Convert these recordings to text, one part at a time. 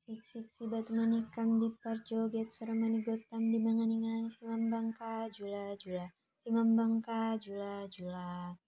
Siksik si batu manikam di parjoget suara manigotam di manganingan si mambangka jula jula si mambangka jula jula.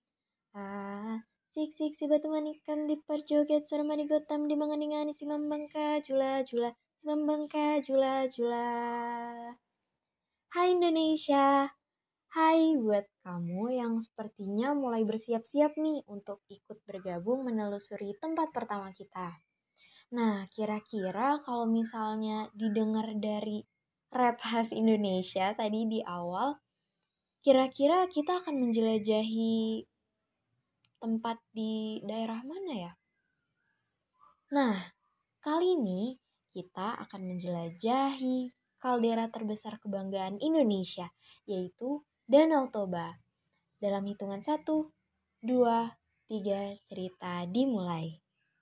Siksik si batu manikam di parjoget suara manigotam di manganingan si mambangka jula jula si mambangka jula jula. Hai Indonesia, hai buat kamu yang sepertinya mulai bersiap-siap nih untuk ikut bergabung menelusuri tempat pertama kita. Nah, kira-kira kalau misalnya didengar dari rap khas Indonesia tadi di awal, kira-kira kita akan menjelajahi tempat di daerah mana ya? Nah, kali ini kita akan menjelajahi kaldera terbesar kebanggaan Indonesia, yaitu Danau Toba. Dalam hitungan 1, 2, 3, cerita dimulai.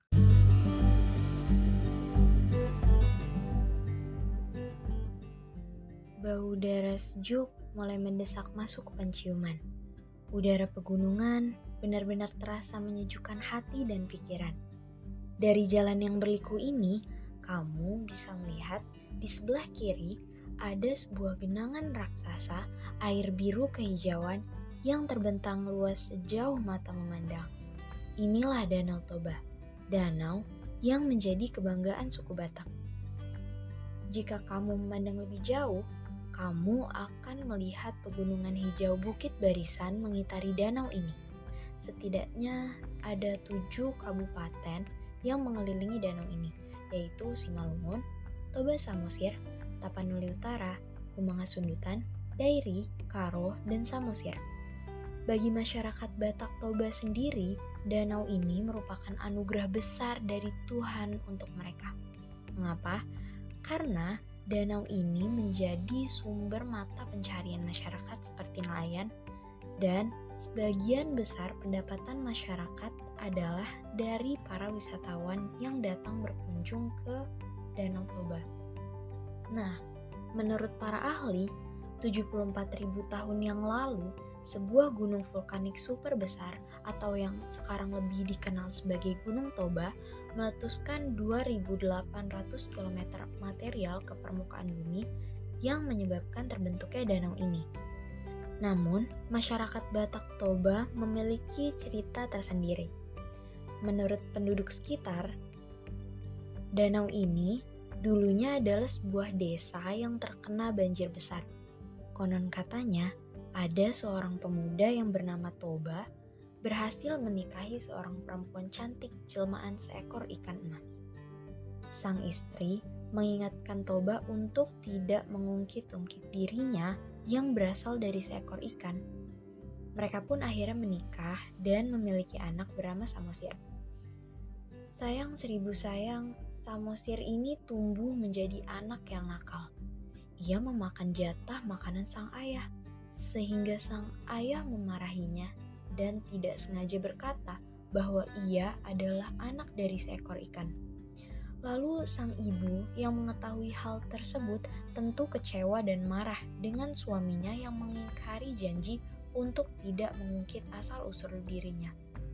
Bau udara sejuk mulai mendesak masuk ke penciuman. Udara pegunungan benar-benar terasa menyejukkan hati dan pikiran. Dari jalan yang berliku ini, kamu bisa melihat di sebelah kiri ada sebuah genangan raksasa air biru kehijauan yang terbentang luas sejauh mata memandang. Inilah Danau Toba, danau yang menjadi kebanggaan suku Batak. Jika kamu memandang lebih jauh, kamu akan melihat pegunungan hijau Bukit Barisan mengitari danau ini. Setidaknya ada 7 kabupaten yang mengelilingi danau ini, yaitu Simalungun, Toba Samosir, Tapanuli Utara, Humanga Sundutan, Dairi, Karo, dan Samosir. Bagi masyarakat Batak Toba sendiri, danau ini merupakan anugerah besar dari Tuhan untuk mereka. Mengapa? Karena danau ini menjadi sumber mata pencaharian masyarakat seperti nelayan, dan sebagian besar pendapatan masyarakat adalah dari para wisatawan yang datang berkunjung ke Danau Toba. Nah, menurut para ahli, 74.000 tahun yang lalu, sebuah gunung vulkanik super besar atau yang sekarang lebih dikenal sebagai Gunung Toba meletuskan 2.800 km material ke permukaan bumi yang menyebabkan terbentuknya danau ini. Namun, masyarakat Batak Toba memiliki cerita tersendiri. Menurut penduduk sekitar, danau ini dulunya adalah sebuah desa yang terkena banjir besar. Konon katanya, ada seorang pemuda yang bernama Toba berhasil menikahi seorang perempuan cantik jelmaan seekor ikan emas. Sang istri mengingatkan Toba untuk tidak mengungkit-ungkit dirinya yang berasal dari seekor ikan. Mereka pun akhirnya menikah dan memiliki anak bernama Samosir. Sayang seribu sayang, Samosir ini tumbuh menjadi anak yang nakal. Ia memakan jatah makanan sang ayah, sehingga sang ayah memarahinya dan tidak sengaja berkata bahwa ia adalah anak dari seekor ikan. Lalu sang ibu yang mengetahui hal tersebut tentu kecewa dan marah dengan suaminya yang mengingkari janji untuk tidak mengungkit asal-usul dirinya.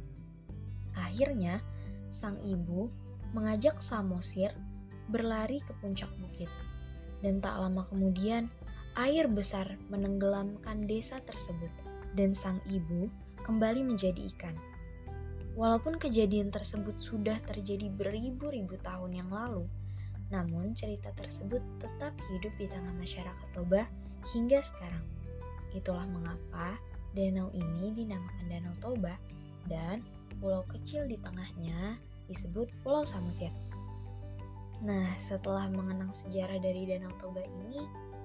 Akhirnya, sang ibu mengajak Samosir berlari ke puncak bukit. Dan tak lama kemudian, air besar menenggelamkan desa tersebut dan sang ibu kembali menjadi ikan. Walaupun kejadian tersebut sudah terjadi beribu-ribu tahun yang lalu, namun cerita tersebut tetap hidup di tengah masyarakat Toba hingga sekarang. Itulah mengapa danau ini dinamakan Danau Toba dan pulau kecil di tengahnya disebut Pulau Samosir. Nah, setelah mengenang sejarah dari Danau Toba ini,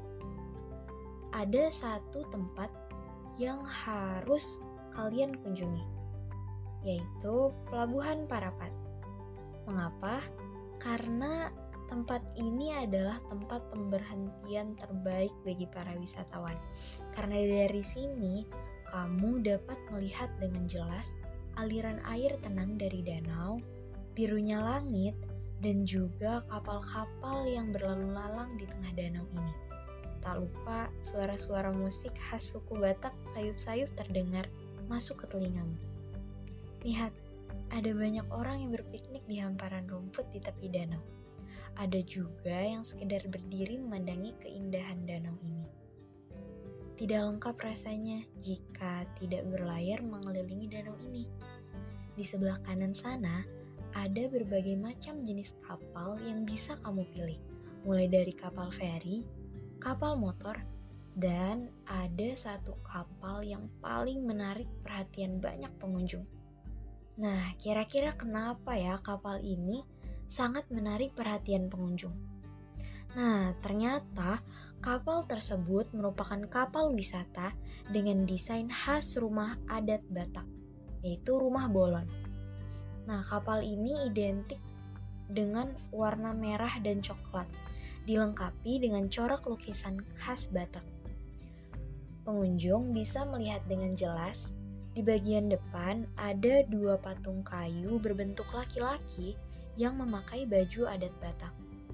ada satu tempat yang harus kalian kunjungi, yaitu Pelabuhan Parapat. Mengapa? Karena tempat ini adalah tempat pemberhentian terbaik bagi para wisatawan. Karena dari sini, kamu dapat melihat dengan jelas aliran air tenang dari danau, birunya langit, dan juga kapal-kapal yang berlalu lalang di tengah danau ini. Tak lupa suara-suara musik khas suku Batak sayup-sayup terdengar masuk ke telingamu. Lihat, ada banyak orang yang berpiknik di hamparan rumput di tepi danau. ada juga yang sekedar berdiri memandangi keindahan danau ini. Tidak lengkap rasanya jika tidak berlayar mengelilingi danau ini. Di sebelah kanan sana, ada berbagai macam jenis kapal yang bisa kamu pilih. Mulai dari kapal feri, kapal motor, dan ada satu kapal yang paling menarik perhatian banyak pengunjung. Nah, kira-kira kenapa ya kapal ini sangat menarik perhatian pengunjung? Nah, ternyata kapal tersebut merupakan kapal wisata dengan desain khas rumah adat Batak, yaitu rumah bolon. Nah, kapal ini identik dengan warna merah dan coklat, dilengkapi dengan corak lukisan khas Batak. Pengunjung bisa melihat dengan jelas, di bagian depan ada 2 patung kayu berbentuk laki-laki yang memakai baju adat Batak.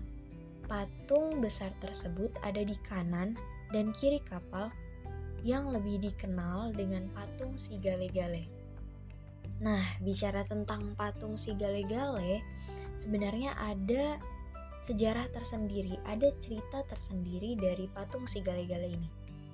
Patung besar tersebut ada di kanan dan kiri kapal yang lebih dikenal dengan patung si Gale-Gale. Nah, bicara tentang patung si Gale-Gale, sebenarnya ada sejarah tersendiri, ada cerita tersendiri dari patung si Gale-Gale ini.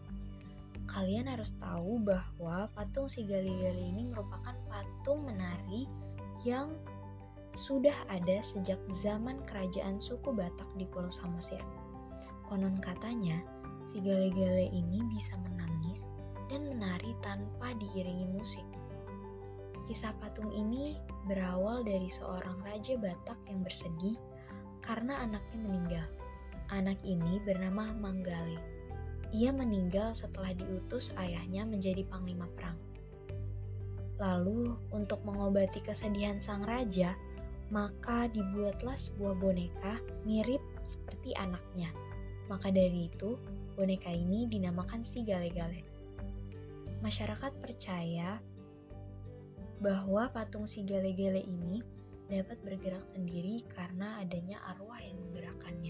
Kalian harus tahu bahwa patung si Gale-Gale ini merupakan patung menari yang sudah ada sejak zaman kerajaan suku Batak di Pulau Samosir. Konon katanya, si Gale-Gale ini bisa menangis dan menari tanpa diiringi musik. Kisah patung ini berawal dari seorang raja Batak yang bersedih karena anaknya meninggal. Anak ini bernama Manggale. Ia meninggal setelah diutus ayahnya menjadi panglima perang. Lalu, untuk mengobati kesedihan sang raja, maka dibuatlah sebuah boneka mirip seperti anaknya. Maka dari itu, boneka ini dinamakan si Gale-Gale. Masyarakat percaya bahwa patung si Gale-Gale ini dapat bergerak sendiri karena adanya arwah yang menggerakkannya.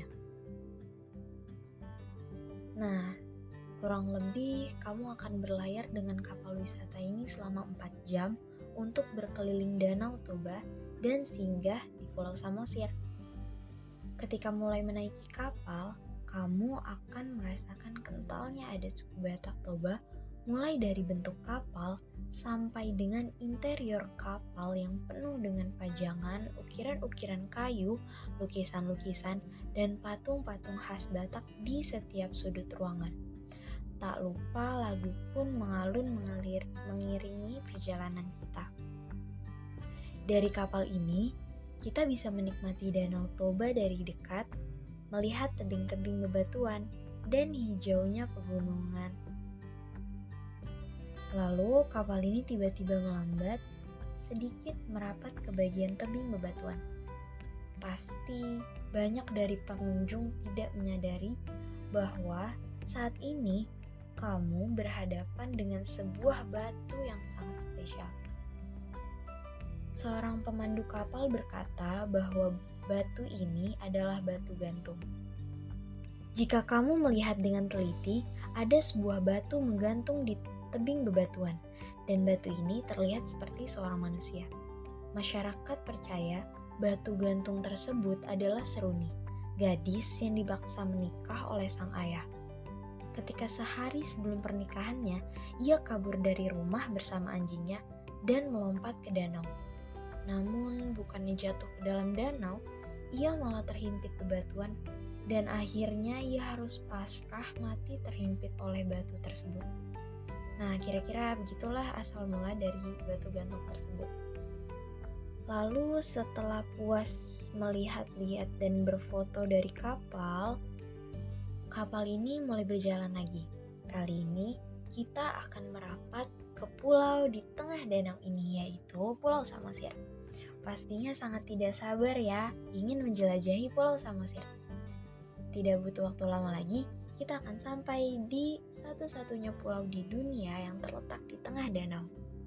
Nah, kurang lebih kamu akan berlayar dengan kapal wisata ini selama 4 jam untuk berkeliling Danau Toba dan singgah di Pulau Samosir. Ketika mulai menaiki kapal, kamu akan merasakan kentalnya adat suku Batak Toba, mulai dari bentuk kapal sampai dengan interior kapal yang penuh dengan pajangan, ukiran-ukiran kayu, lukisan-lukisan, dan patung-patung khas Batak di setiap sudut ruangan. Tak lupa lagu pun mengiringi perjalanan kita. Dari kapal ini, kita bisa menikmati Danau Toba dari dekat, melihat tebing-tebing bebatuan dan hijaunya pegunungan. Lalu kapal ini tiba-tiba melambat, sedikit merapat ke bagian tebing bebatuan. Pasti banyak dari pengunjung tidak menyadari bahwa saat ini kamu berhadapan dengan sebuah batu yang sangat spesial. Seorang pemandu kapal berkata bahwa batu ini adalah batu gantung. Jika kamu melihat dengan teliti, ada sebuah batu menggantung di tebing bebatuan, dan batu ini terlihat seperti seorang manusia. Masyarakat percaya batu gantung tersebut adalah Seruni, gadis yang dipaksa menikah oleh sang ayah. Ketika sehari sebelum pernikahannya, ia kabur dari rumah bersama anjingnya dan melompat ke danau. Namun bukannya jatuh ke dalam danau, ia malah terhimpit bebatuan dan akhirnya ia harus pasrah mati terhimpit oleh batu tersebut. Nah, kira-kira begitulah asal mula dari batu gantung tersebut. Lalu setelah puas melihat-lihat dan berfoto dari kapal ini mulai berjalan lagi. Kali ini kita akan merapat ke pulau di tengah danau ini, yaitu Pulau Samosir. Pastinya sangat tidak sabar ya, ingin menjelajahi Pulau Samosir. Tidak butuh waktu lama lagi, kita akan sampai di satu-satunya pulau di dunia yang terletak di tengah danau.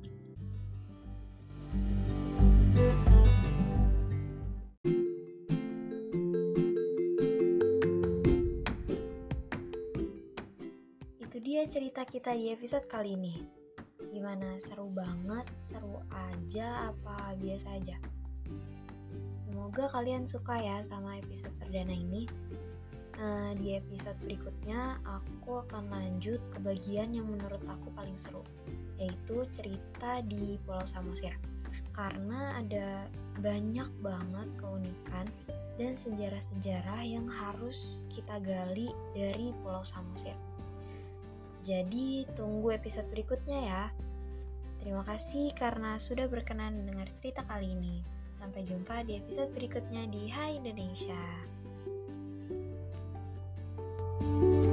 Itu dia cerita kita di episode kali ini. Gimana, seru banget, seru aja, apa biasa aja? semoga kalian suka ya sama episode perdana ini. Di episode berikutnya aku akan lanjut ke bagian yang menurut aku paling seru, yaitu cerita di Pulau Samosir. Karena ada banyak banget keunikan dan sejarah-sejarah yang harus kita gali dari Pulau Samosir. Jadi tunggu episode berikutnya ya. Terima kasih karena sudah berkenan mendengar cerita kali ini. Sampai jumpa di episode berikutnya di Hai Indonesia.